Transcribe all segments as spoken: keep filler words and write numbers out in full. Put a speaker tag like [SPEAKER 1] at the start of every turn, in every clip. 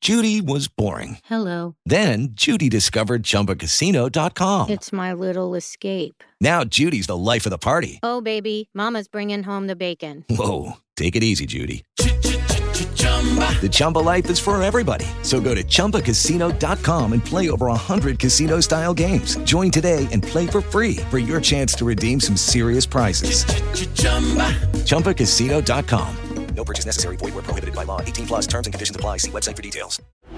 [SPEAKER 1] Judy was boring.
[SPEAKER 2] Hello.
[SPEAKER 1] Then Judy discovered Chumba Casino dot com.
[SPEAKER 2] It's my little escape.
[SPEAKER 1] Now Judy's the life of the party.
[SPEAKER 2] Oh, baby, mama's bringing home the bacon.
[SPEAKER 1] Whoa, take it easy, Judy. The Chumba life is for everybody. So go to Chumba Casino dot com and play over one hundred casino-style games. Join today and play for free for your chance to redeem some serious prizes. Chumba Casino dot com. No purchase necessary. Void where prohibited by law. eighteen plus terms and conditions apply. See website for details.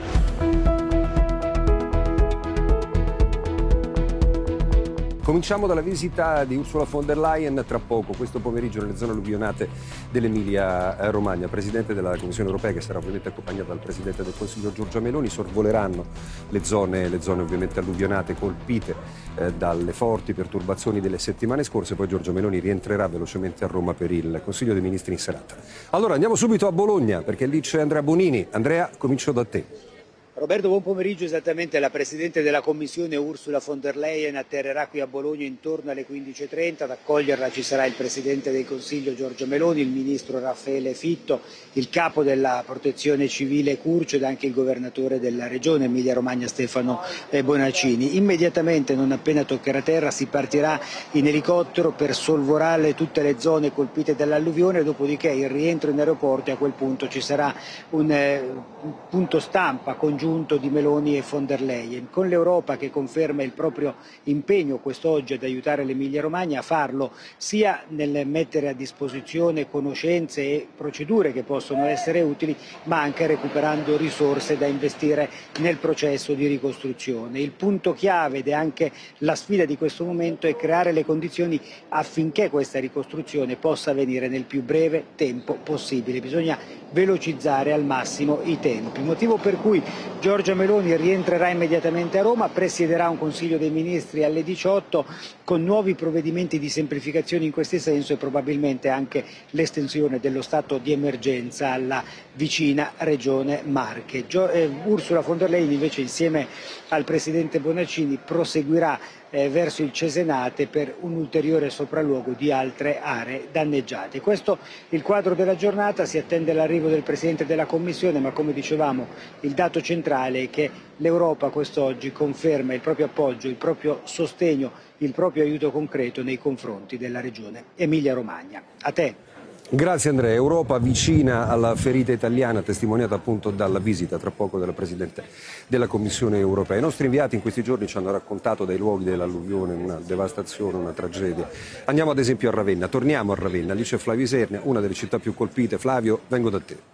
[SPEAKER 3] Cominciamo dalla visita di Ursula von der Leyen tra poco, questo pomeriggio nelle zone alluvionate dell'Emilia Romagna. Presidente della Commissione Europea, che sarà ovviamente accompagnata dal Presidente del Consiglio Giorgia Meloni, sorvoleranno le zone, le zone ovviamente alluvionate colpite eh, dalle forti perturbazioni delle settimane scorse. Poi Giorgia Meloni rientrerà velocemente a Roma per il Consiglio dei Ministri in serata. Allora andiamo subito a Bologna, perché lì c'è Andrea Bonini. Andrea, comincio da te.
[SPEAKER 4] Roberto, buon pomeriggio. Esattamente, la Presidente della Commissione Ursula von der Leyen atterrerà qui a Bologna intorno alle quindici e trenta. Ad accoglierla ci sarà il Presidente del Consiglio Giorgia Meloni, il Ministro Raffaele Fitto, il Capo della Protezione Civile Curcio ed anche il Governatore della Regione Emilia Romagna Stefano Bonaccini. Immediatamente, non appena toccherà terra, si partirà in elicottero per sorvolare tutte le zone colpite dall'alluvione, dopodiché il rientro in aeroporto, e a quel punto ci sarà un, eh, un punto stampa congiunto di Meloni e von der Leyen, con l'Europa che conferma il proprio impegno quest'oggi ad aiutare l'Emilia Romagna a farlo sia nel mettere a disposizione conoscenze e procedure che possono essere utili, ma anche recuperando risorse da investire nel processo di ricostruzione. Il punto chiave, ed è anche la sfida di questo momento, è creare le condizioni affinché questa ricostruzione possa avvenire nel più breve tempo possibile. Bisogna velocizzare al massimo i tempi, motivo per cui Giorgia Meloni rientrerà immediatamente a Roma, presiederà un Consiglio dei Ministri alle diciotto con nuovi provvedimenti di semplificazione in questo senso e probabilmente anche l'estensione dello stato di emergenza alla vicina regione Marche. Gio- eh, Ursula von der Leyen invece, insieme al Presidente Bonaccini, proseguirà eh, verso il Cesenate per un ulteriore sopralluogo di altre aree danneggiate. Questo il quadro della giornata. Si attende l'arrivo del Presidente della Commissione, ma come dicevamo il dato centrale è che l'Europa quest'oggi conferma il proprio appoggio, il proprio sostegno, il proprio aiuto concreto nei confronti della regione Emilia Romagna. A te.
[SPEAKER 3] Grazie Andrea. Europa vicina alla ferita italiana, testimoniata appunto dalla visita tra poco della Presidente della Commissione Europea. I nostri inviati in questi giorni ci hanno raccontato dai luoghi dell'alluvione, una devastazione, una tragedia. Andiamo ad esempio a Ravenna, torniamo a Ravenna, lì c'è Flavio Isernia, una delle città più colpite. Flavio, vengo da te.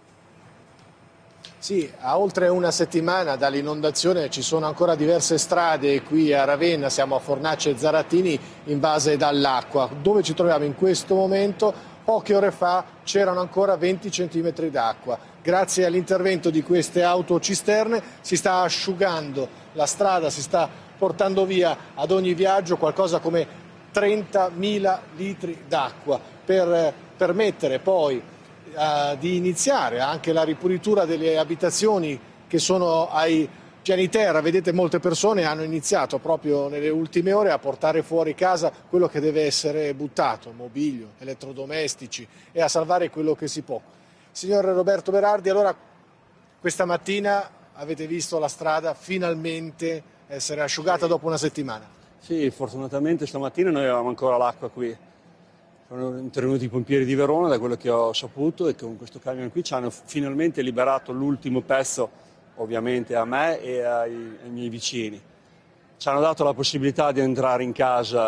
[SPEAKER 5] Sì, a oltre una settimana dall'inondazione ci sono ancora diverse strade qui a Ravenna, siamo a Fornace e Zarattini, invase dall'acqua. Dove ci troviamo in questo momento? Poche ore fa c'erano ancora venti centimetri d'acqua. Grazie all'intervento di queste autocisterne si sta asciugando la strada, si sta portando via ad ogni viaggio qualcosa come trentamila litri d'acqua per permettere poi uh, di iniziare anche la ripulitura delle abitazioni che sono ai piani terra. Vedete, molte persone hanno iniziato proprio nelle ultime ore a portare fuori casa quello che deve essere buttato, mobilio, elettrodomestici, e a salvare quello che si può. Signor Roberto Berardi, allora questa mattina avete visto la strada finalmente essere asciugata dopo una settimana?
[SPEAKER 6] Sì, fortunatamente stamattina noi avevamo ancora l'acqua qui. Sono intervenuti i pompieri di Verona, da quello che ho saputo, e con questo camion qui ci hanno finalmente liberato l'ultimo pezzo, ovviamente a me e ai, ai miei vicini. Ci hanno dato la possibilità di entrare in casa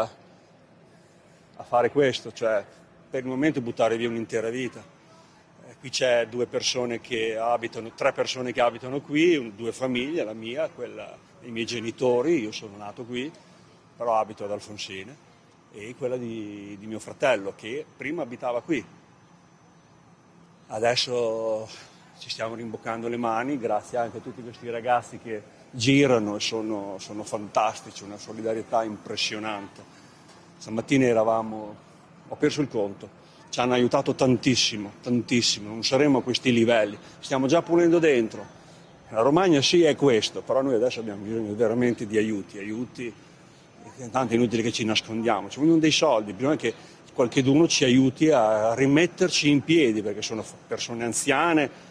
[SPEAKER 6] a fare questo, cioè per il momento buttare via un'intera vita. Eh, qui c'è due persone che abitano, tre persone che abitano qui, un, due famiglie, la mia, quella dei miei genitori, io sono nato qui, però abito ad Alfonsine, e quella di, di mio fratello che prima abitava qui. Adesso ci stiamo rimboccando le mani, grazie anche a tutti questi ragazzi che girano e sono, sono fantastici, una solidarietà impressionante. Stamattina eravamo, ho perso il conto, ci hanno aiutato tantissimo, tantissimo, non saremo a questi livelli, stiamo già pulendo dentro. La Romagna sì è questo, però noi adesso abbiamo bisogno veramente di aiuti, aiuti, tanto è inutile che ci nascondiamo, ci vogliono dei soldi, bisogna che qualcheduno ci aiuti a rimetterci in piedi, perché sono persone anziane,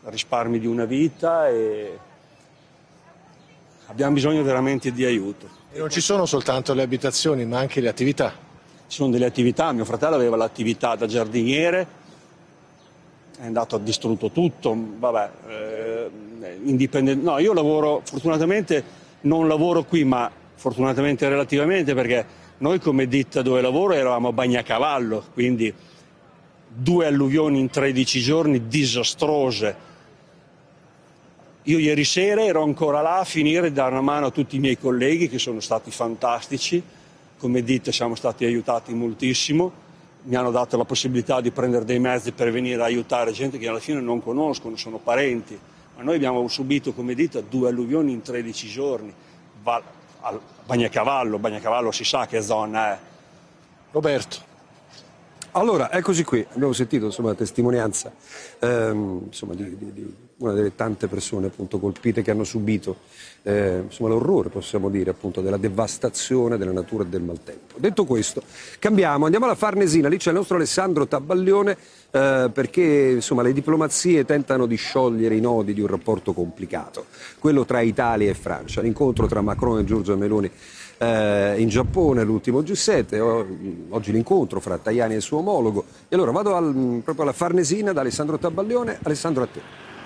[SPEAKER 6] risparmi di una vita e abbiamo bisogno veramente di aiuto.
[SPEAKER 5] E non ci sono soltanto le abitazioni, ma anche le attività.
[SPEAKER 6] Ci sono delle attività, mio fratello aveva l'attività da giardiniere, è andato, ha distrutto tutto, vabbè, eh, indipendente. No, io lavoro, fortunatamente non lavoro qui, ma fortunatamente relativamente, perché noi come ditta dove lavoro eravamo a Bagnacavallo, quindi due alluvioni in tredici giorni disastrose. Io ieri sera ero ancora là a finire di dare una mano a tutti i miei colleghi che sono stati fantastici, come ditta siamo stati aiutati moltissimo, mi hanno dato la possibilità di prendere dei mezzi per venire a aiutare gente che alla fine non conoscono, sono parenti, ma noi abbiamo subito come ditta due alluvioni in tredici giorni, Va, al Bagnacavallo, Bagnacavallo si sa che zona è.
[SPEAKER 5] Roberto.
[SPEAKER 3] Allora, eccoci qui, abbiamo sentito insomma, la testimonianza ehm, insomma, di, di, di una delle tante persone appunto, colpite che hanno subito eh, insomma, l'orrore, possiamo dire, appunto, della devastazione della natura e del maltempo. Detto questo, cambiamo, andiamo alla Farnesina, lì c'è il nostro Alessandro Tabbaglione eh, perché insomma, le diplomazie tentano di sciogliere i nodi di un rapporto complicato, quello tra Italia e Francia, l'incontro tra Macron e Giorgia Meloni Eh, in Giappone, l'ultimo G sette, oggi l'incontro fra Tajani e il suo omologo. E allora vado al, proprio alla Farnesina da Alessandro Tabbaglione. Alessandro, a te.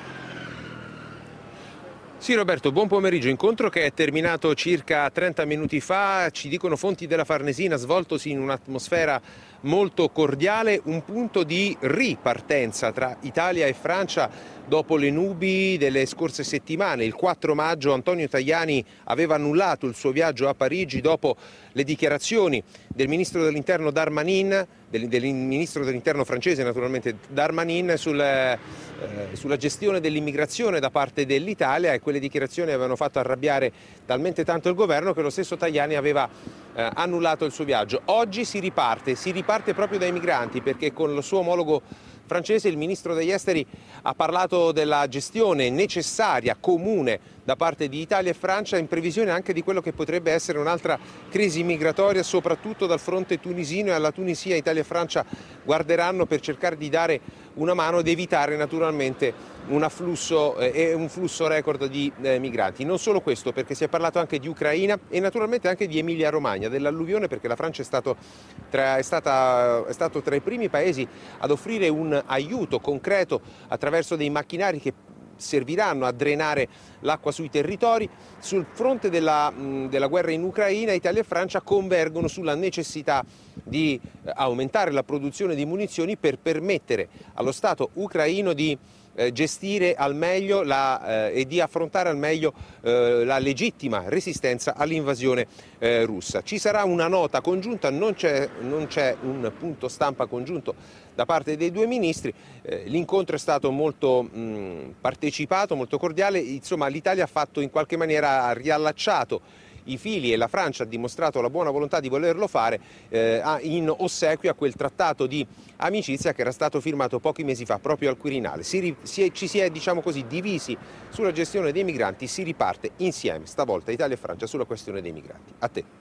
[SPEAKER 7] Sì Roberto, buon pomeriggio. Incontro che è terminato circa trenta minuti fa, ci dicono fonti della Farnesina, svoltosi in un'atmosfera molto cordiale, un punto di ripartenza tra Italia e Francia dopo le nubi delle scorse settimane. Il quattro maggio Antonio Tajani aveva annullato il suo viaggio a Parigi dopo le dichiarazioni del ministro dell'interno Darmanin, del, del ministro dell'interno francese naturalmente Darmanin, sul, eh, sulla gestione dell'immigrazione da parte dell'Italia, e quelle dichiarazioni avevano fatto arrabbiare talmente tanto il governo che lo stesso Tajani aveva eh, annullato il suo viaggio. Oggi si riparte, si riparte proprio dai migranti, perché con il suo omologo francese il ministro degli esteri ha parlato della gestione necessaria, comune, da parte di Italia e Francia, in previsione anche di quello che potrebbe essere un'altra crisi migratoria, soprattutto dal fronte tunisino, e alla Tunisia Italia e Francia guarderanno per cercare di dare una mano ed evitare naturalmente un afflusso e eh, un flusso record di eh, migranti. Non solo questo, perché si è parlato anche di Ucraina e naturalmente anche di Emilia Romagna, dell'alluvione, perché la Francia è stato tra, è stata, è stato tra i primi paesi ad offrire un aiuto concreto attraverso dei macchinari che serviranno a drenare l'acqua sui territori. Sul fronte della, della guerra in Ucraina, Italia e Francia convergono sulla necessità di aumentare la produzione di munizioni per permettere allo Stato ucraino di eh, gestire al meglio la, eh, e di affrontare al meglio eh, la legittima resistenza all'invasione eh, russa. Ci sarà una nota congiunta, non c'è, non c'è un punto stampa congiunto da parte dei due ministri. Eh, l'incontro è stato molto mh, partecipato, molto cordiale. Insomma, l'Italia ha fatto in qualche maniera, ha riallacciato i fili, e la Francia ha dimostrato la buona volontà di volerlo fare eh, in ossequio a quel trattato di amicizia che era stato firmato pochi mesi fa proprio al Quirinale. Si, si è, ci si è, diciamo così, divisi sulla gestione dei migranti, si riparte insieme, stavolta Italia e Francia, sulla questione dei migranti. A te.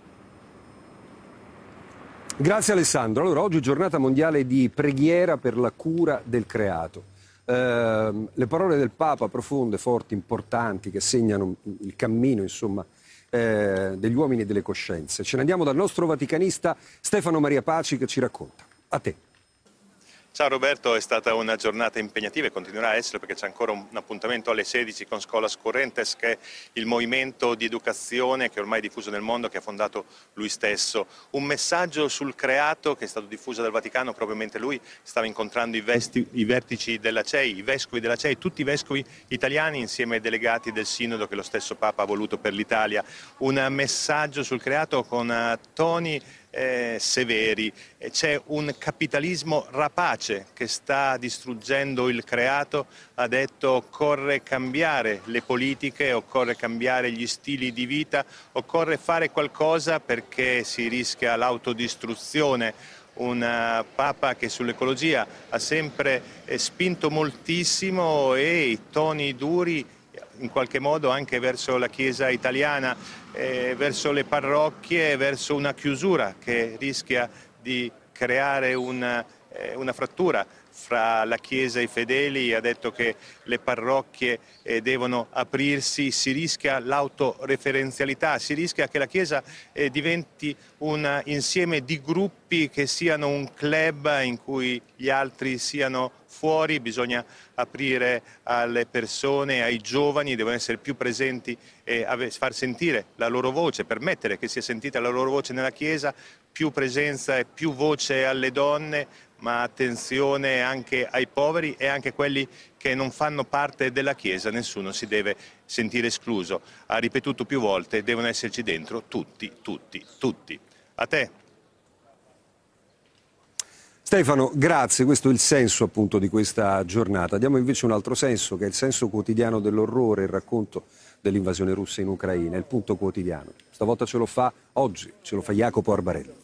[SPEAKER 3] Grazie Alessandro. Allora, oggi è giornata mondiale di preghiera per la cura del creato. Eh, le parole del Papa, profonde, forti, importanti, che segnano il cammino, insomma, eh, degli uomini e delle coscienze. Ce ne andiamo dal nostro vaticanista Stefano Maria Paci, che ci racconta. A te.
[SPEAKER 8] Ciao Roberto, è stata una giornata impegnativa e continuerà a essere, perché c'è ancora un appuntamento alle sedici con Scholas Currentes, che è il movimento di educazione che ormai è diffuso nel mondo, che ha fondato lui stesso. Un messaggio sul creato che è stato diffuso dal Vaticano proprio mentre lui stava incontrando i, vesti, i vertici della C E I, i vescovi della C E I, tutti i vescovi italiani insieme ai delegati del Sinodo che lo stesso Papa ha voluto per l'Italia. Un messaggio sul creato con uh, toni Eh, severi. C'è un capitalismo rapace che sta distruggendo il creato. Ha detto: occorre cambiare le politiche, occorre cambiare gli stili di vita, occorre fare qualcosa perché si rischia l'autodistruzione. Un uh, Papa che sull'ecologia ha sempre eh, spinto moltissimo, e i toni duri in qualche modo anche verso la Chiesa italiana, eh, verso le parrocchie, verso una chiusura che rischia di creare una, eh, una frattura fra la Chiesa e i fedeli, ha detto che le parrocchie eh, devono aprirsi, si rischia l'autoreferenzialità, si rischia che la Chiesa eh, diventi un insieme di gruppi che siano un club in cui gli altri siano fuori. Bisogna aprire alle persone, ai giovani, devono essere più presenti e far sentire la loro voce, permettere che sia sentita la loro voce nella Chiesa, più presenza e più voce alle donne, ma attenzione anche ai poveri e anche quelli che non fanno parte della Chiesa, nessuno si deve sentire escluso. Ha ripetuto più volte, devono esserci dentro tutti, tutti, tutti. A te.
[SPEAKER 3] Stefano, grazie, questo è il senso appunto di questa giornata. Diamo invece un altro senso, che è il senso quotidiano dell'orrore, il racconto dell'invasione russa in Ucraina, il punto quotidiano. Stavolta ce lo fa oggi, ce lo fa Jacopo Arbarello.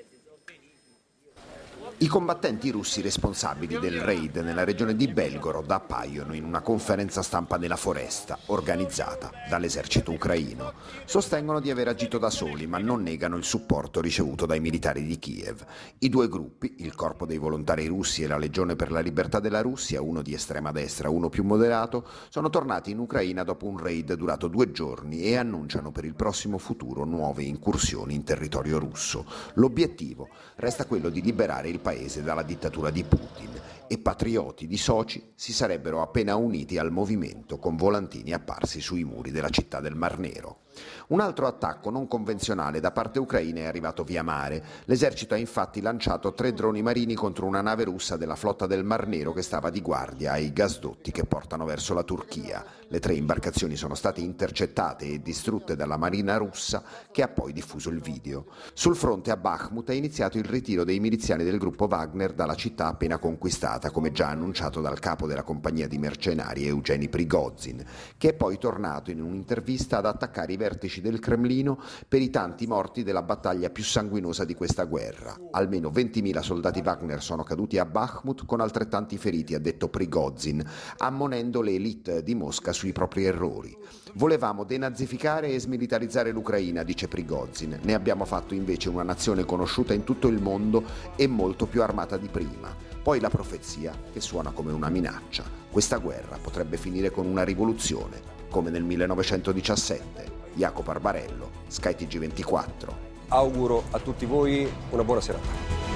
[SPEAKER 9] I combattenti russi responsabili del raid nella regione di Belgorod appaiono in una conferenza stampa nella foresta organizzata dall'esercito ucraino. Sostengono di aver agito da soli, ma non negano il supporto ricevuto dai militari di Kiev. I due gruppi, il Corpo dei Volontari Russi e la Legione per la Libertà della Russia, uno di estrema destra, uno più moderato, sono tornati in Ucraina dopo un raid durato due giorni e annunciano per il prossimo futuro nuove incursioni in territorio russo. L'obiettivo resta quello di liberare il paese dalla dittatura di Putin, e patrioti di Sochi si sarebbero appena uniti al movimento con volantini apparsi sui muri della città del Mar Nero. Un altro attacco non convenzionale da parte ucraina è arrivato via mare. L'esercito ha infatti lanciato tre droni marini contro una nave russa della flotta del Mar Nero che stava di guardia ai gasdotti che portano verso la Turchia. Le tre imbarcazioni sono state intercettate e distrutte dalla marina russa, che ha poi diffuso il video. Sul fronte a Bakhmut è iniziato il ritiro dei miliziani del gruppo Wagner dalla città appena conquistata, come già annunciato dal capo della compagnia di mercenari Evgeny Prigozhin, che è poi tornato in un'intervista ad attaccare i vertici del Cremlino per i tanti morti della battaglia più sanguinosa di questa guerra. Almeno ventimila soldati Wagner sono caduti a Bakhmut con altrettanti feriti, ha detto Prigozhin, ammonendo le élite di Mosca sui propri errori. Volevamo denazificare e smilitarizzare l'Ucraina, dice Prigozhin. Ne abbiamo fatto invece una nazione conosciuta in tutto il mondo e molto più armata di prima. Poi la profezia che suona come una minaccia. Questa guerra potrebbe finire con una rivoluzione, come nel millenovecentodiciassette. Jacopo Arbarello, Sky T G ventiquattro.
[SPEAKER 3] Auguro a tutti voi una buona serata.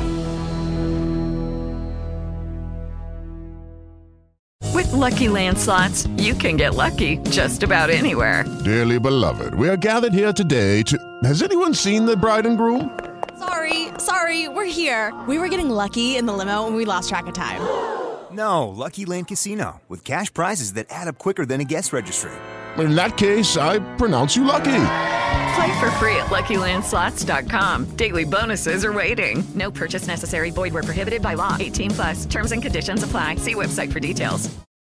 [SPEAKER 10] With Lucky Land Slots, you can get lucky just about anywhere.
[SPEAKER 11] Dearly beloved, we are gathered here today to... Has anyone seen the bride and groom?
[SPEAKER 12] Sorry, sorry, we're here. We were getting lucky in the limo and we lost track of time.
[SPEAKER 13] No, Lucky Land Casino, with cash prizes that add up quicker than a guest registry.
[SPEAKER 11] In that case, I pronounce you lucky.
[SPEAKER 10] Play for free at Lucky Land Slots dot com. Daily bonuses are waiting. No purchase necessary. Void where prohibited by law. eighteen plus. Terms and conditions apply. See website for details.